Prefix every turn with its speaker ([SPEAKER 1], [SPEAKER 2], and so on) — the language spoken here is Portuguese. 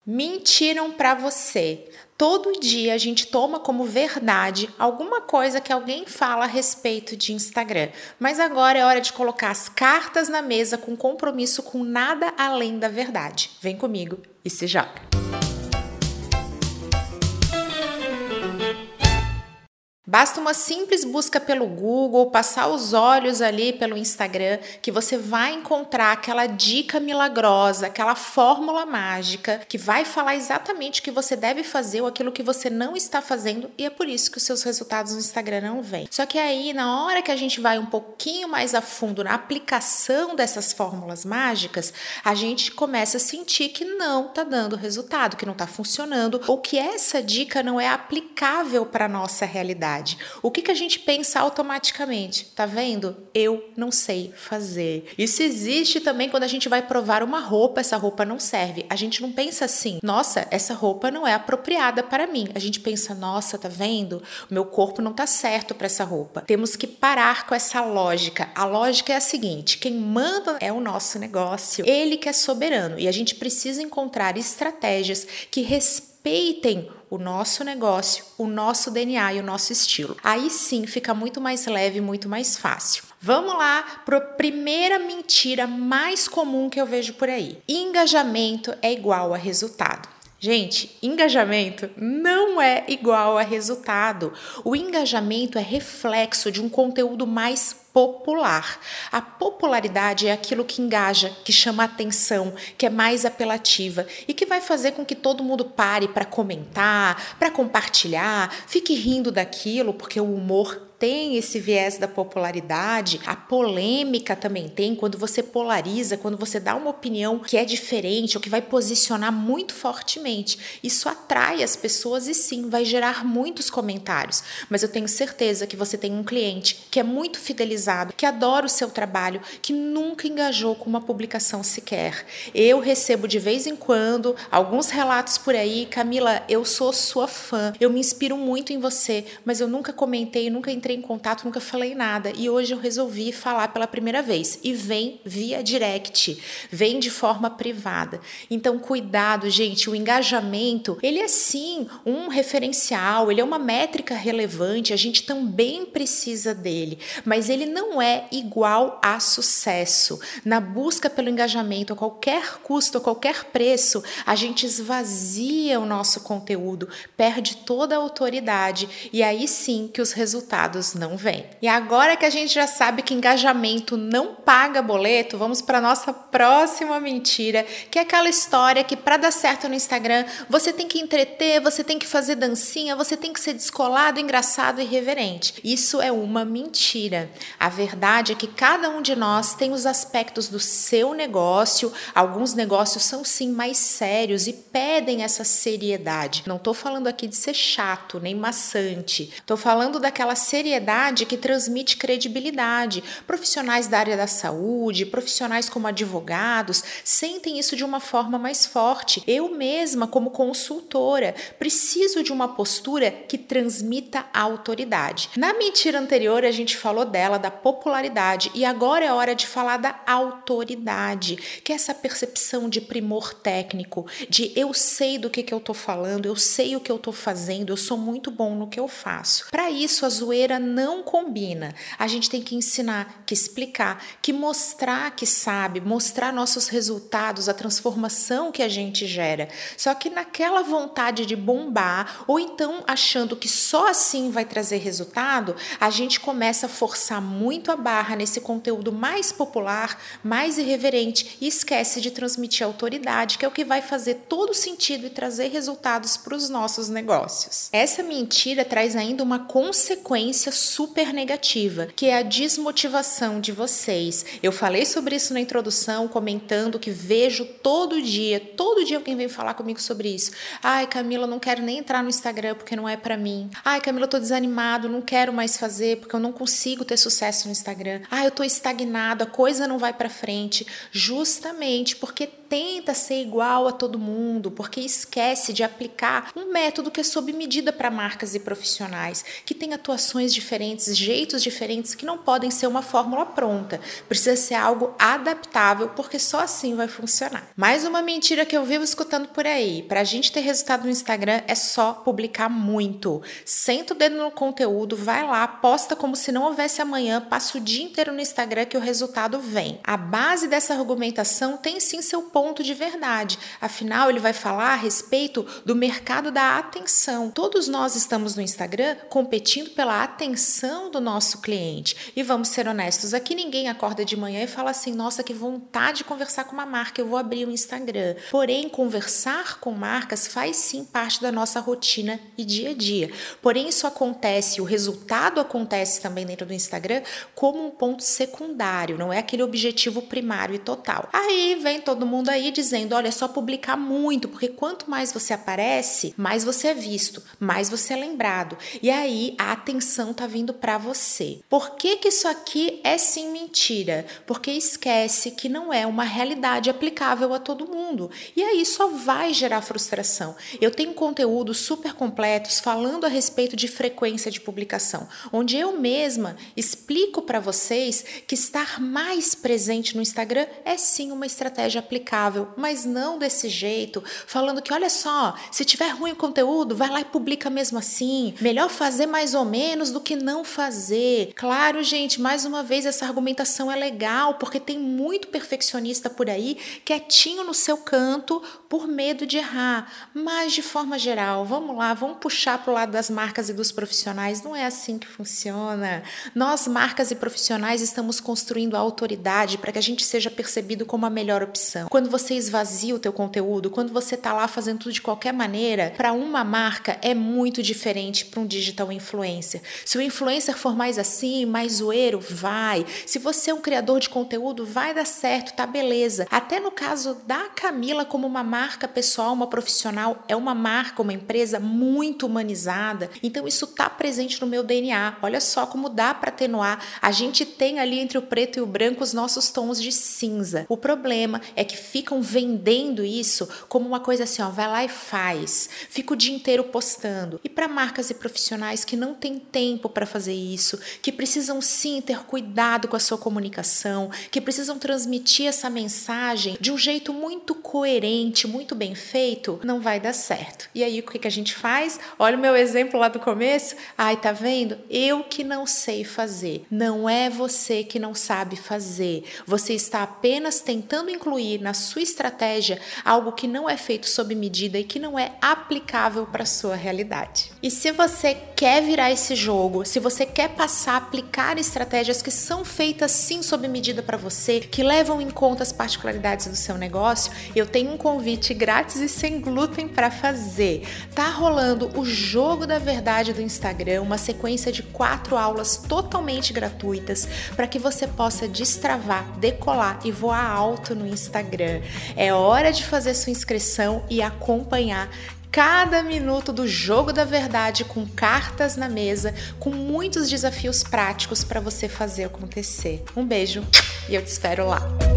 [SPEAKER 1] Mentiram para você. Todo dia a gente toma como verdade alguma coisa que alguém fala a respeito de Instagram. Mas agora é hora de colocar as cartas na mesa com compromisso com nada além da verdade. Vem comigo e se joga. Basta uma simples busca pelo Google, passar os olhos ali pelo Instagram, que você vai encontrar aquela dica milagrosa, aquela fórmula mágica que vai falar exatamente o que você deve fazer ou aquilo que você não está fazendo, e é por isso que os seus resultados no Instagram não vêm. Só que aí, na hora que a gente vai um pouquinho mais a fundo na aplicação dessas fórmulas mágicas, a gente começa a sentir que não está dando resultado, que não está funcionando, ou que essa dica não é aplicável para a nossa realidade. O que a gente pensa automaticamente? Tá vendo? Eu não sei fazer. Isso existe também quando a gente vai provar uma roupa, essa roupa não serve. A gente não pensa assim, nossa, essa roupa não é apropriada para mim. A gente pensa, nossa, tá vendo? O meu corpo não tá certo para essa roupa. Temos que parar com essa lógica. A lógica é a seguinte, quem manda é o nosso negócio. Ele que é soberano e a gente precisa encontrar estratégias que respeitem o nosso negócio, o nosso DNA e o nosso estilo. Aí sim fica muito mais leve, muito mais fácil. Vamos lá para a primeira mentira mais comum que eu vejo por aí. Engajamento é igual a resultado. Gente, engajamento não é igual a resultado. O engajamento é reflexo de um conteúdo mais popular. A popularidade é aquilo que engaja, que chama atenção, que é mais apelativa e que vai fazer com que todo mundo pare para comentar, para compartilhar, fique rindo daquilo, porque o humor tem esse viés da popularidade, a polêmica também tem, quando você polariza, quando você dá uma opinião que é diferente ou que vai posicionar muito fortemente. Isso atrai as pessoas e sim, vai gerar muitos comentários. Mas eu tenho certeza que você tem um cliente que é muito fidelizado, que adora o seu trabalho, que nunca engajou com uma publicação sequer. Eu recebo de vez em quando alguns relatos por aí, Camila, eu sou sua fã, eu me inspiro muito em você, mas eu nunca comentei, nunca entrei em contato, nunca falei nada e hoje eu resolvi falar pela primeira vez e vem via direct, vem de forma privada. Então cuidado, gente, o engajamento, ele é sim um referencial, ele é uma métrica relevante, a gente também precisa dele, mas ele não é igual a sucesso. Na busca pelo engajamento a qualquer custo, a qualquer preço, a gente esvazia o nosso conteúdo, perde toda a autoridade e aí sim que os resultados não vêm. E agora que a gente já sabe que engajamento não paga boleto, vamos para nossa próxima mentira, que é aquela história que para dar certo no Instagram, você tem que entreter, você tem que fazer dancinha, você tem que ser descolado, engraçado e irreverente. Isso é uma mentira. A verdade é que cada um de nós tem os aspectos do seu negócio, alguns negócios são sim mais sérios e pedem essa seriedade. Não estou falando aqui de ser chato, nem maçante, estou falando daquela seriedade que transmite credibilidade. Profissionais da área da saúde, profissionais como advogados, sentem isso de uma forma mais forte. Eu mesma, como consultora, preciso de uma postura que transmita a autoridade. Na mentira anterior, a gente falou dela, da popularidade, e agora é hora de falar da autoridade, que é essa percepção de primor técnico, de eu sei do que eu estou falando, eu sei o que eu estou fazendo, eu sou muito bom no que eu faço. Para isso, a zoeira não combina. A gente tem que ensinar, que explicar, que mostrar que sabe, mostrar nossos resultados, a transformação que a gente gera. Só que naquela vontade de bombar, ou então achando que só assim vai trazer resultado, a gente começa a forçar muito a barra nesse conteúdo mais popular, mais irreverente e esquece de transmitir autoridade, que é o que vai fazer todo sentido e trazer resultados para os nossos negócios. Essa mentira traz ainda uma consequência super negativa, que é a desmotivação de vocês. Eu falei sobre isso na introdução, comentando que vejo todo dia alguém vem falar comigo sobre isso. Ai, Camila, não quero nem entrar no Instagram porque não é para mim. Ai, Camila, eu tô desanimado, não quero mais fazer porque eu não consigo ter sucesso no Instagram. Ai, eu tô estagnado, a coisa não vai para frente. Justamente porque tenta ser igual a todo mundo, porque esquece de aplicar um método que é sob medida para marcas e profissionais, que tem atuações diferentes, jeitos diferentes que não podem ser uma fórmula pronta. Precisa ser algo adaptável, porque só assim vai funcionar. Mais uma mentira que eu vivo escutando por aí. Pra gente ter resultado no Instagram é só publicar muito. Senta o dedo no conteúdo, vai lá, posta como se não houvesse amanhã, passa o dia inteiro no Instagram que o resultado vem. A base dessa argumentação tem sim seu ponto de verdade. Afinal, ele vai falar a respeito do mercado da atenção. Todos nós estamos no Instagram competindo pela atenção do nosso cliente. E vamos ser honestos, aqui ninguém acorda de manhã e fala assim, nossa, que vontade de conversar com uma marca, eu vou abrir o Instagram. Porém, conversar com marcas faz sim parte da nossa rotina e dia a dia. Porém, isso acontece, o resultado acontece também dentro do Instagram como um ponto secundário, não é aquele objetivo primário e total. Aí vem todo mundo aí dizendo, olha, é só publicar muito, porque quanto mais você aparece, mais você é visto, mais você é lembrado. E aí a atenção tá vindo para você. Por que isso aqui é sim mentira? Porque esquece que não é uma realidade aplicável a todo mundo. E aí só vai gerar frustração. Eu tenho conteúdos super completos falando a respeito de frequência de publicação, onde eu mesma explico para vocês que estar mais presente no Instagram é sim uma estratégia aplicável, mas não desse jeito, falando que olha só, se tiver ruim o conteúdo, vai lá e publica mesmo assim. Melhor fazer mais ou menos do que não fazer. Claro, gente, mais uma vez essa argumentação é legal, porque tem muito perfeccionista por aí, quietinho no seu canto, por medo de errar. Mas de forma geral, vamos lá, vamos puxar para o lado das marcas e dos profissionais. Não é assim que funciona. Nós, marcas e profissionais, estamos construindo a autoridade para que a gente seja percebido como a melhor opção. Quando você esvazia o teu conteúdo, quando você está lá fazendo tudo de qualquer maneira, para uma marca é muito diferente para um digital influencer. Se o influencer for mais assim, mais zoeiro, vai. Se você é um criador de conteúdo, vai dar certo, tá beleza. Até no caso da Camila, como uma marca pessoal, uma profissional, é uma marca, uma empresa muito humanizada. Então isso tá presente no meu DNA. Olha só como dá para atenuar. A gente tem ali entre o preto e o branco os nossos tons de cinza. O problema é que ficam vendendo isso como uma coisa assim, ó, vai lá e faz. Fica o dia inteiro postando. E para marcas e profissionais que não têm tempo para fazer isso, que precisam sim ter cuidado com a sua comunicação, que precisam transmitir essa mensagem de um jeito muito coerente, muito bem feito, não vai dar certo. E aí o que a gente faz? Olha o meu exemplo lá do começo. Ai, tá vendo? Eu que não sei fazer. Não é você que não sabe fazer. Você está apenas tentando incluir na sua estratégia algo que não é feito sob medida e que não é aplicável para a sua realidade. E se você quer virar esse jogo, se você quer passar a aplicar estratégias que são feitas sim sob medida para você, que levam em conta as particularidades do seu negócio, eu tenho um convite grátis e sem glúten para fazer. Tá rolando o Jogo da Verdade do Instagram, uma sequência de 4 aulas totalmente gratuitas para que você possa destravar, decolar e voar alto no Instagram. É hora de fazer sua inscrição e acompanhar cada minuto do Jogo da Verdade com cartas na mesa, com muitos desafios práticos para você fazer acontecer. Um beijo e eu te espero lá.